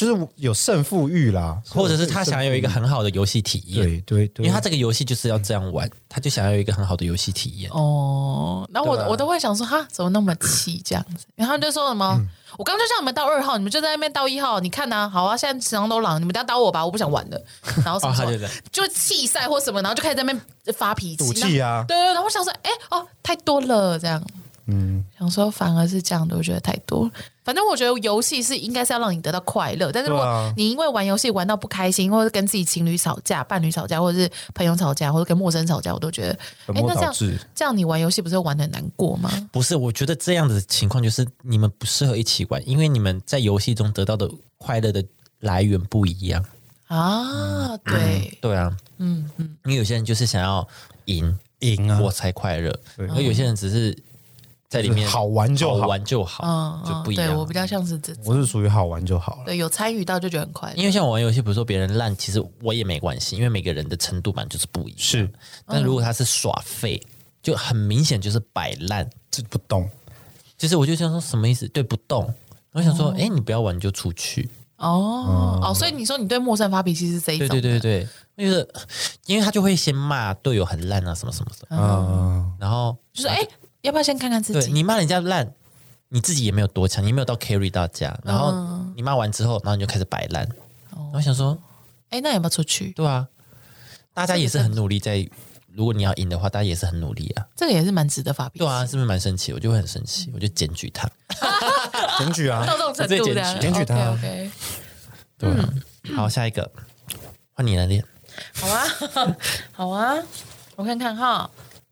就是有胜负欲啦， 或者是他想要有一个很好的游戏体验。 对， 因为他这个游戏就是要这样玩，他就想要有一个很好的游戏体验。 那我都会想说，哈，怎么那么气这样子？然后他们就说什么，我刚刚就叫你们到2号，你们就在那边到1号，你看啊，好啊，现在池塘都狼，你们等下打我吧，我不想玩了。然后什么就气赛或什么，然后就开始在那边发脾气， 赌气啊。 对，然后我想说，太多了这样。想说反而是这样的，我觉得太多。反正我觉得游戏是应该是要让你得到快乐，但是如果你因为玩游戏玩到不开心，或者跟自己情侣吵架、伴侣吵架，或者是朋友吵架，或者跟陌生人吵架，我都觉得，那这样你玩游戏不是会玩得很难过吗？ 不是，我觉得这样的情况就是你们不适合一起玩，因为你们在游戏中得到的快乐的来源不一样啊。对啊，因为有些人就是想要赢啊， 我才快乐，而有些人只是。在里面好玩就好，就不一样。 对，我比较像是这种， 我是属于好玩就好了。 对，有参与到就觉得很快乐。 因为像我玩游戏，比如说别人烂，其实我也没关系，因为每个人的程度版就是不一样。 是， 但如果他是耍废，就很明显就是摆烂， 这不动。 就是我就想说什么意思？对，不动。我想说，你不要玩就出去。 所以你说你对陌生人发脾气是这一种？ 对，就是因为他就会先骂队友很烂啊，什么什么的，然后就是要不要先看看自己？ 对，你骂人家烂，你自己也没有多强，你没有到 carry 大家，然后你骂完之后，然后你就开始摆烂。我想说， 那要不要出去？ 对啊，大家也是很努力在，如果你要赢的话，大家也是很努力啊。 这个也是蛮值得发脾气。 对啊，是不是蛮生气？我就会很生气，我就检举他， 检举啊， 到这种程度的， 检举他。 OK， 对啊，好，下一个换你来练。 好啊，我看看哈。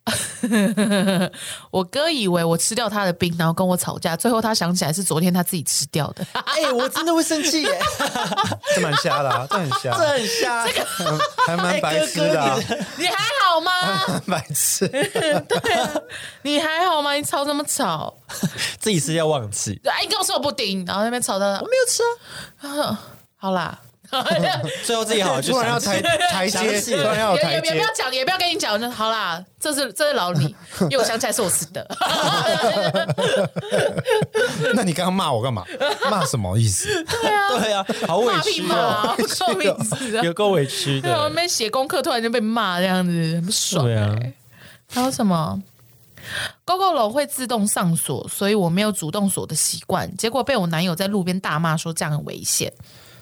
我哥以为我吃掉他的冰，然后跟我吵架，最后他想起来是昨天他自己吃掉的。 我真的会生气耶， 这蛮瞎的啊，这很瞎， 这很瞎，这个还蛮白痴的啊。 你还好吗？ 白痴， 对啊，你还好吗？你吵什么吵？ 自己吃掉忘记。 你跟我说我布丁，然后那边吵到我没有吃啊。好啦。 最后自己好像突然要台阶，突然要台阶， 也不要讲，也不要跟你讲。好啦，这是老李，因为我想起来是我吃的。 那你刚刚骂我干嘛？骂什么意思？ 对啊，好委屈哦， 有够委屈的。 我们写功课突然就被骂，这样子很不爽。 对啊， 还有什么？GoGo 楼会自动上锁，所以我没有主动锁的习惯，结果被我男友在路边大骂说这样很危险。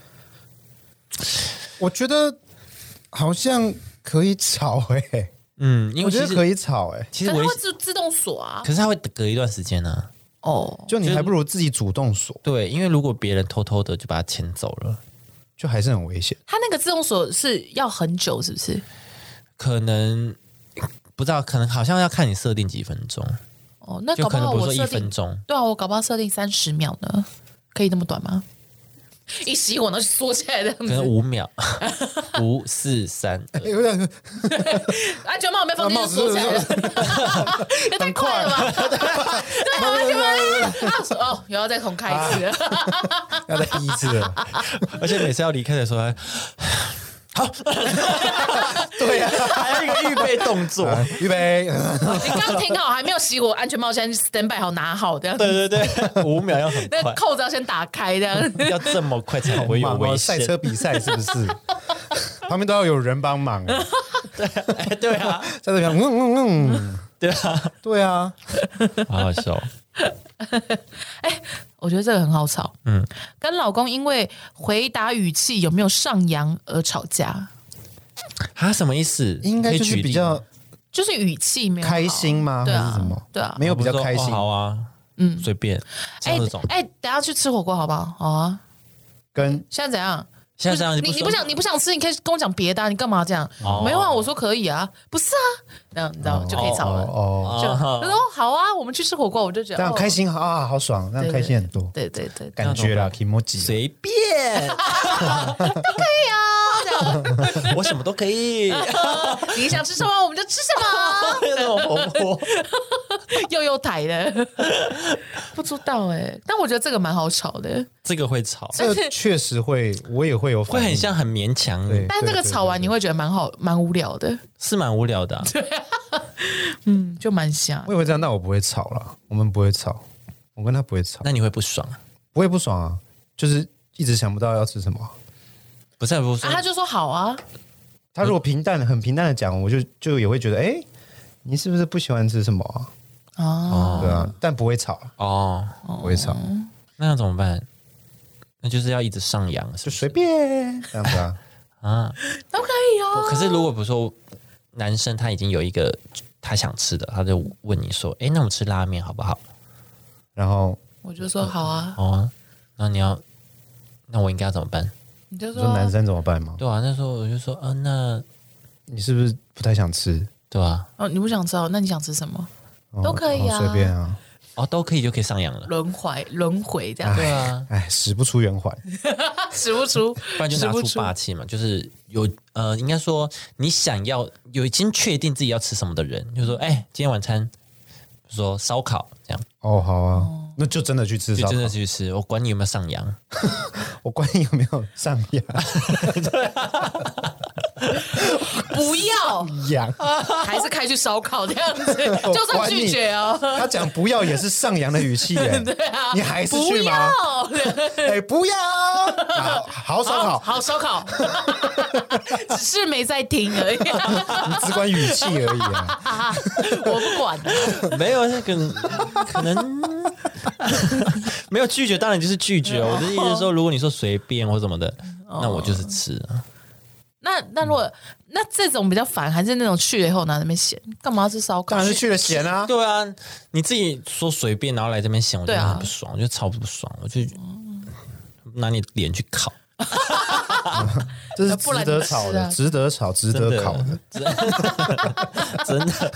我觉得好像可以吵因为我觉得可以吵其实它会自动锁啊， 可是它会隔一段时间呢。 就你还不如自己主动锁。 对，因为如果别人偷偷的就把它牵走了， 就还是很危险。 它那个自动锁是要很久，是不是？ 可能不知道，可能好像要看你设定几分钟。 那搞不好我设定1分钟。 对啊，我搞不好设定30秒呢，可以那么短吗？一熄火，然后缩起来的，可能5秒，5、4、3。 安全帽没放进去，缩起来了，也太快了吧！对，安全帽又要再重开一次， 要再第一次了， 而且每次要离开的时候还。好， 对呀， 还有一个预备动作， 预备。 你刚停好，还没有熄火，安全帽先 stand by 好拿好，这样。 对，5秒要很快， 那扣子要先打开，这样。 要这么快才会有危险。 赛车比赛是不是？旁边都要有人帮忙。 对啊， 在这边，对啊， 好好笑。 我觉得这个很好吵。跟老公因为回答语气有没有上扬而吵架。 什么意思？ 应该就是比较， 就是语气没有开心吗？还是什么？ 对啊， 没有比较开心。 好啊，随便。 等下去吃火锅好不好？好啊。现在怎样？ 现在这样你不想吃，你可以跟我讲别的，你干嘛这样？没有啊，我说可以啊，不是啊，这样你知道就可以吵了。就说好啊，我们去吃火锅，我就觉得这样开心啊，好爽，这样开心很多。 对， 感觉啦 ，kimoji 随便都可以啊，这样我什么都可以。 你想吃什么我们就吃什么。 那种活泼又台的，不知道但我觉得这个蛮好吵的。 这个会吵， 这个确实会，我也会有反应， 会很像很勉强。 但这个吵完你会觉得蛮无聊的， 是蛮无聊的。 对啊，就蛮像。 我也会这样，但我不会吵啦，我们不会吵，我跟他不会吵。 那你会不爽？ 不会不爽啊，就是一直想不到要吃什么。 不是他就说好啊。 他如果很平淡的讲，我就也会觉得，你是不是不喜欢吃什么啊？哦，对啊，但不会吵哦，不会吵。 那要怎么办？那就是要一直上扬， 就随便这样子啊，都可以哦。 可是如果比如说男生他已经有一个他想吃的，他就问你说：“那我们吃拉面好不好？” 然后我就说好啊。 哦，那我应该要怎么办？ 你就说男生怎么办吗？ 对啊，那时候我就说那你是不是不太想吃？ 对啊， 你不想吃那你想吃什么？都可以啊， 随便啊。 都可以就可以上扬了， 轮回这样。 对啊， 使不出圆环， 使不出， 不然就拿出霸气嘛。就是有应该说你想要已经确定自己要吃什么的人，就说今天晚餐，比如说烧烤这样。 哦，好啊，那就真的去吃烧烤， 就真的去吃，我管你有没有上扬， 我管你有没有上扬。 对啊。 不要扬， 还是开去烧烤这样子，就算拒绝哦。 他讲不要也是上扬的语气耶， 对啊， 你还是去吗？不要，好烧烤， 好烧烤，只是没在听而已。 你只管语气而已啊， 我不管。 没有那个可能没有拒绝，当然就是拒绝。我的意思是说，如果你说随便或什么的，那我就是吃。 那如果那这种比较烦，还是那种去了以后拿那边嫌，干嘛要吃烧烤？ 当然是去了嫌啊。 对啊，你自己说随便，然后来这边嫌，我觉得很不爽，我觉得超不爽，我就拿你脸去烤。 这是值得吵的，值得吵，值得烤的， 真的。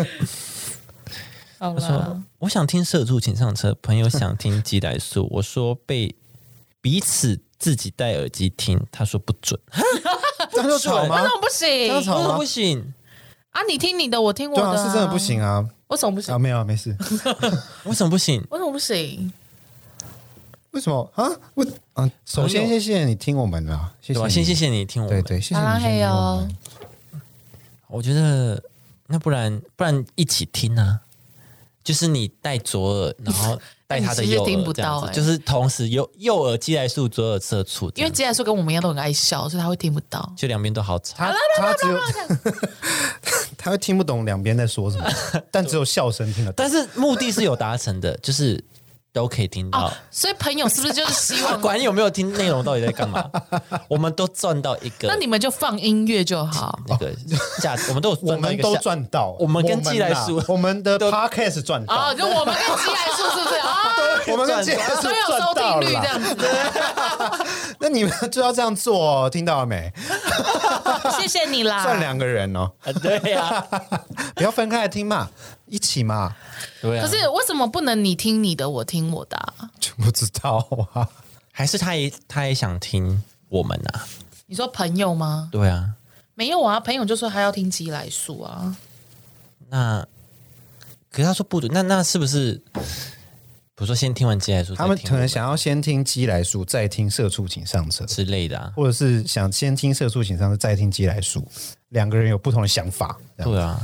他说：“我想听社畜，请上车。朋友想听鸡来素，我说被彼此自己戴耳机听，他说不准。 这样就吵吗？ 为什么不行？ 这样吵吗？ 不行啊！你听你的，我听我的， 对啊，是真的不行啊！ 为什么不行？ 没有，没事。 为什么不行？ 为什么不行？ 为什么啊？首先谢谢你听我们啦，谢谢， 先谢谢你听我们， 对，谢谢你听我们。 我觉得那不然一起听啊。”就是你戴左耳，然后戴他的右耳，这样子，就是同时右耳鸡来素，左耳社畜。 因为鸡来素跟我们一样都很爱笑，所以他会听不到， 就两边都好吵。 他只有他会听不懂两边在说什么，但只有笑声听得懂。 但是目的是有达成的，就是都可以听到。 所以朋友是不是就是希望管有没有听内容到底在干嘛？我们都赚到一个。 那你们就放音乐就好。 那个价值，我们都有赚到一个， 我们都赚到。 我们跟鸡来素， 我们的 podcast 赚到。 就我们跟鸡来素是不是啊？ 我们跟鸡来素都有收听率这样子。 那你们就要这样做，听到了没？ 谢谢你啦， 赚2个人哦。 对呀， 不要分开来听嘛，一起嘛。 对啊。 可是为什么不能你听你的，我听我的？ 就不知道啊。 还是他也想听我们啊？ 你说朋友吗？ 对啊。 没有啊，朋友就说他要听鸡来素啊。 那可是他说不准，那是不是？比如说先听完鸡来素， 他们可能想要先听鸡来素，再听社畜请上车之类的， 或者是想先听社畜请上车，再听鸡来素，2个人有不同的想法。 对啊，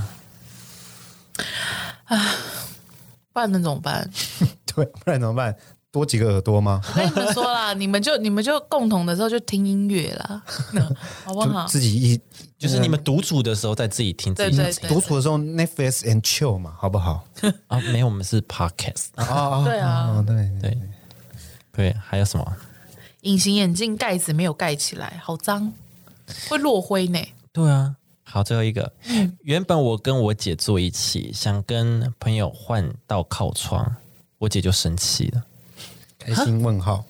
不然能怎么办？ 对，不然怎么办？多几个耳朵吗？ 我跟你们说啦，你们就共同的时候就听音乐啦，好不好？ 自己就是你们独处的时候再自己听， 对， 独处的时候 Netflix and chill 嘛，好不好？ 没有，我们是 podcast。 对啊， 对，还有什么？ 隐形眼镜盖子没有盖起来，好脏，会落灰呢。 对啊，好，最后一个，原本我跟我姐坐一起，想跟朋友换到靠窗，我姐就生气了。 开心问号，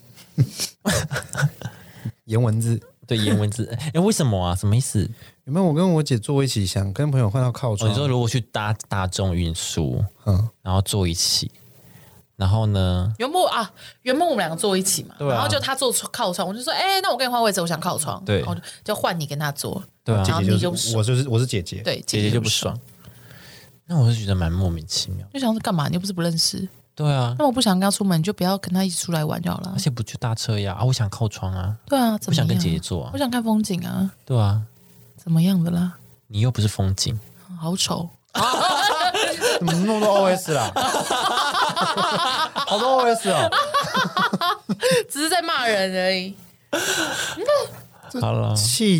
颜文字， 对，颜文字，为什么啊？什么意思？ 有没有我跟我姐坐一起，想跟朋友换到靠窗？ 你说如果去搭大众运输，然后坐一起，然后呢？ 原本我们2个坐一起嘛，然后就他坐靠窗，我就说，那我跟你换位置，我想靠窗， 对， 然后就换你跟他坐， 对啊， 姐姐就是我是姐姐， 对， 姐姐就不爽。那我就觉得蛮莫名其妙， 就想说干嘛？你又不是不认识。 对啊， 那我不想跟他出门，你就不要跟他一起出来玩就好了。 而且不去搭车呀，我想靠窗啊。 对啊， 不想跟姐姐坐啊。 我想看风景啊。 对啊， 怎么样的啦？ 你又不是风景， 好丑。 怎么那么多 OS 啦？好多 OS 哦。 只是在骂人而已。 好了，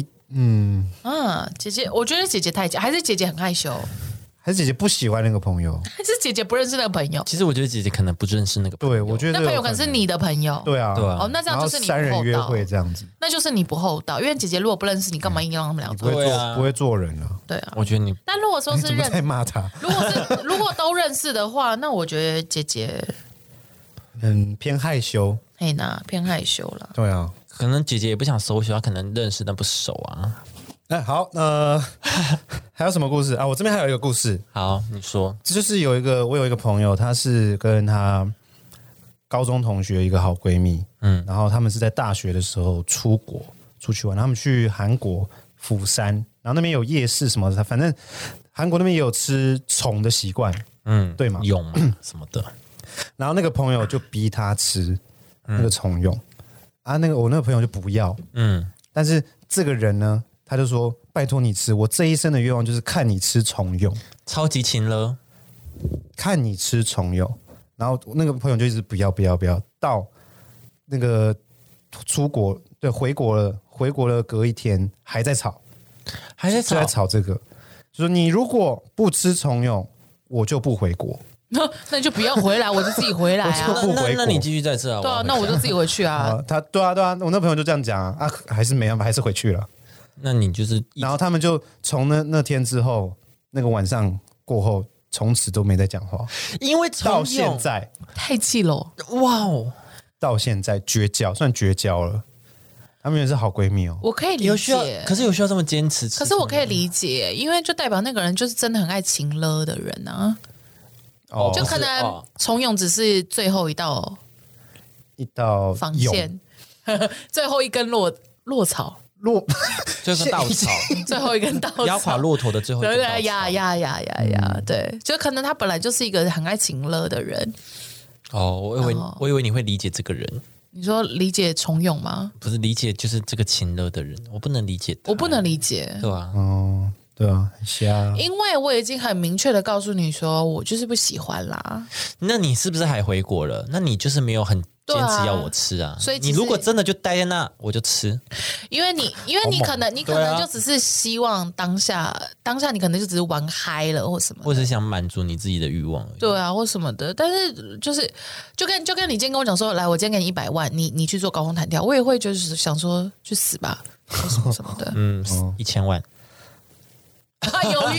姐姐，我觉得姐姐太假，还是姐姐很害羞， 还是姐姐不喜欢那个朋友， 还是姐姐不认识那个朋友？ 其实我觉得姐姐可能不认识那个朋友。 对，我觉得那朋友可能是你的朋友。 对啊， 哦，那这样就是你不厚道。 3人约会这样子， 那就是你不厚道，因为姐姐如果不认识你，干嘛硬让他们俩做？ 不会做人啊。 对啊， 我觉得你。 但如果说是在骂他， 如果都认识的话，那我觉得姐姐偏害羞。 偏害羞了。 对啊， 可能姐姐也不想social，她可能认识但不熟啊。 好，还有什么故事啊？我这边还有一个故事。 好，你说。 这就是我有一个朋友，她是跟她高中同学一个好闺蜜，然后他们是在大学的时候出去玩，他们去韩国釜山，然后那边有夜市什么的，反正韩国那边也有吃虫的习惯，对吗？ 蛹嘛什么的。 然后那个朋友就逼她吃那个虫蛹啊，我那个朋友就不要，但是这个人呢，他就说拜托你吃，我这一生的愿望就是看你吃虫蛹， 超级勤了， 看你吃虫蛹。然后那个朋友就一直不要，到那个回国了，隔一天还在吵，就在吵这个，就说你如果不吃虫蛹，我就不回国。 那你就不要回来，我就自己回来啊。 我就不回国， 那你继续在这啊。 对啊，那我就自己回去啊。 对啊，我那朋友就这样讲啊，还是没办法，还是回去了。 那你就是， 然后他们就从那天之后，那个晚上过后，从此都没再讲话， 因为到现在太气了， 哇哦， 到现在算绝交了。她们也是好闺蜜哦， 我可以理解， 可是有需要这么坚持？ 可是我可以理解，因为就代表那个人就是真的很爱情勒的人啊。就可能虫蛹只是最后一道防线，最后一根稻草， 最后一根稻草， 最后一根稻草， 压垮骆驼的最后一根稻草。 呀，对，就可能他本来就是一个很爱情勒的人。 哦，我以为你会理解这个人。 你说理解虫蛹吗？ 不是理解，就是这个情勒的人，我不能理解。 我不能理解， 对吧？ 对啊，很瞎。因为我已经很明确的告诉你说，我就是不喜欢啦。 那你是不是还回国了？那你就是没有很坚持要我吃啊？ 所以你如果真的就待在那，我就吃。 因为你可能就只是希望当下你可能就只是玩嗨了或什么， 或者是想满足你自己的欲望而已。 对啊，或什么的。但是就跟你今天跟我讲说，来，我今天给你100万，你去做高空弹跳，我也会就是想说去死吧，什么什么的。 1000万。 犹豫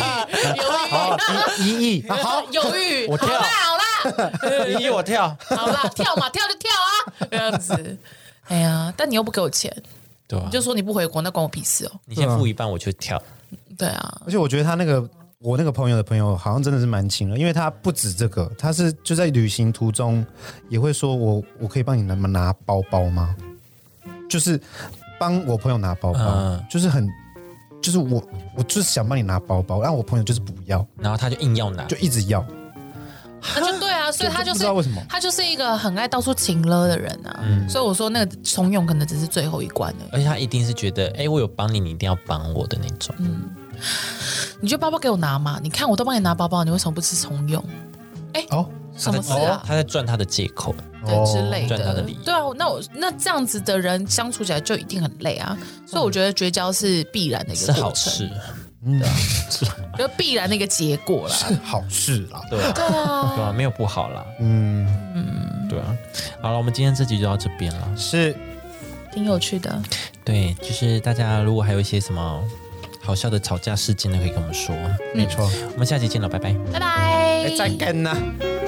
，1亿，好， 犹豫， 我跳， 好啦 ，1亿我跳， 好啦，跳嘛，跳就跳啊，这样子。哎呀，但你又不给我钱， 对啊， 你就说你不回国，那关我屁事哦。 你先付一半，我就跳。 对啊， 而且我觉得我那个朋友的朋友好像真的是蛮亲的，因为他不止这个，他是就在旅行途中也会说我可以帮你拿包包吗？就是帮我朋友拿包包，就是我就是想帮你拿包包，然后我朋友就是不要， 然后他就硬要拿， 就一直要， 那就对啊，所以他就是不知道为什么， 他就是一个很爱到处情勒的人啊。所以我说那个虫蛹可能只是最后一关而已， 而且他一定是觉得，我有帮你，你一定要帮我的那种。 你就包包给我拿嘛，你看我都帮你拿包包，你为什么不吃虫蛹？什么事啊？ 他在赚他的借口， 对之类的， 赚他的理由。 对啊，那这样子的人相处起来就一定很累啊。所以我觉得绝交是必然的一个过程， 是好事， 对啊，就必然的一个结果啦， 是好事啦， 对啊，没有不好啦，对啊。好了，我们今天这集就到这边了， 是挺有趣的。 对，就是大家如果还有一些什么好笑的吵架事件呢，可以跟我们说。 没错， 我们下期见了，拜拜， 拜拜， 再见啦。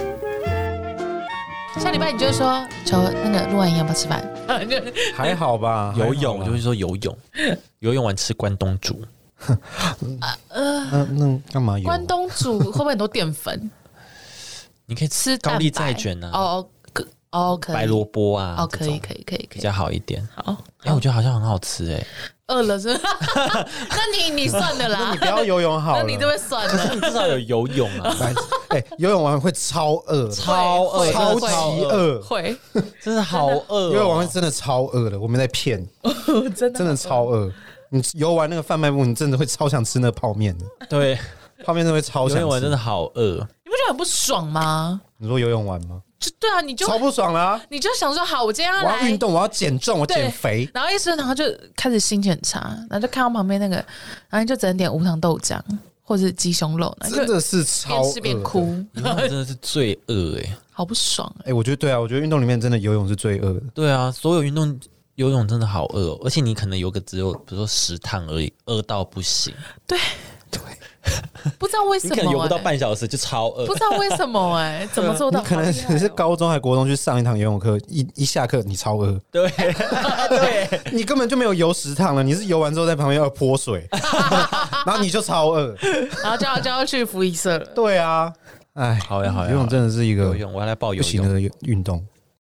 下礼拜你就会说，求那个录完影要不要吃饭？ 还好吧， 游泳我就会说游泳，游泳完吃关东煮。 那干嘛游？ 关东煮会不会很多淀粉？ 你可以吃高丽菜卷啊， 可以白萝卜啊， 可以， 比较好一点。 好， 我觉得好像很好吃饿了是？那你算的啦， 那你不要游泳好了， 那你就会算了。 你至少有游泳啊！ 游泳完会超饿，超级饿， 会， 真的好饿。 游泳完真的超饿的，我没在骗，真的超饿。你游完那个贩卖部，你真的会超想吃那个泡面的。 对， 泡面真的会超想吃。 游泳完真的好饿， 你不觉得很不爽吗？ 你说游泳完吗？ 对啊，你就超不爽啦！ 你就想说，好，我今天我要运动，我要减重，我减肥， 然后一吃，然后就开始心情很差，然后就看到旁边那个，然后就只能点无糖豆浆或者是鸡胸肉， 真的是超边吃边哭， 真的是罪恶好不爽我觉得对啊，我觉得运动里面真的游泳是最恶的。 对啊，所有运动游泳真的好饿而且你可能游个只有比如说10趟而已，饿到不行。 对。不知道为什么、 你可能游不到半小时就超饿， 不知道为什么怎么做到？ 你可能只是高中还国中去上一堂游泳课，一下课你超饿， 对对， 你根本就没有游10趟了，你是游完之后在旁边要泼水，然后你就超饿， 然后就要去福利社了。 对啊，哎， 好呀好呀， 游泳真的是一个游泳，我要来报游泳不行的运动。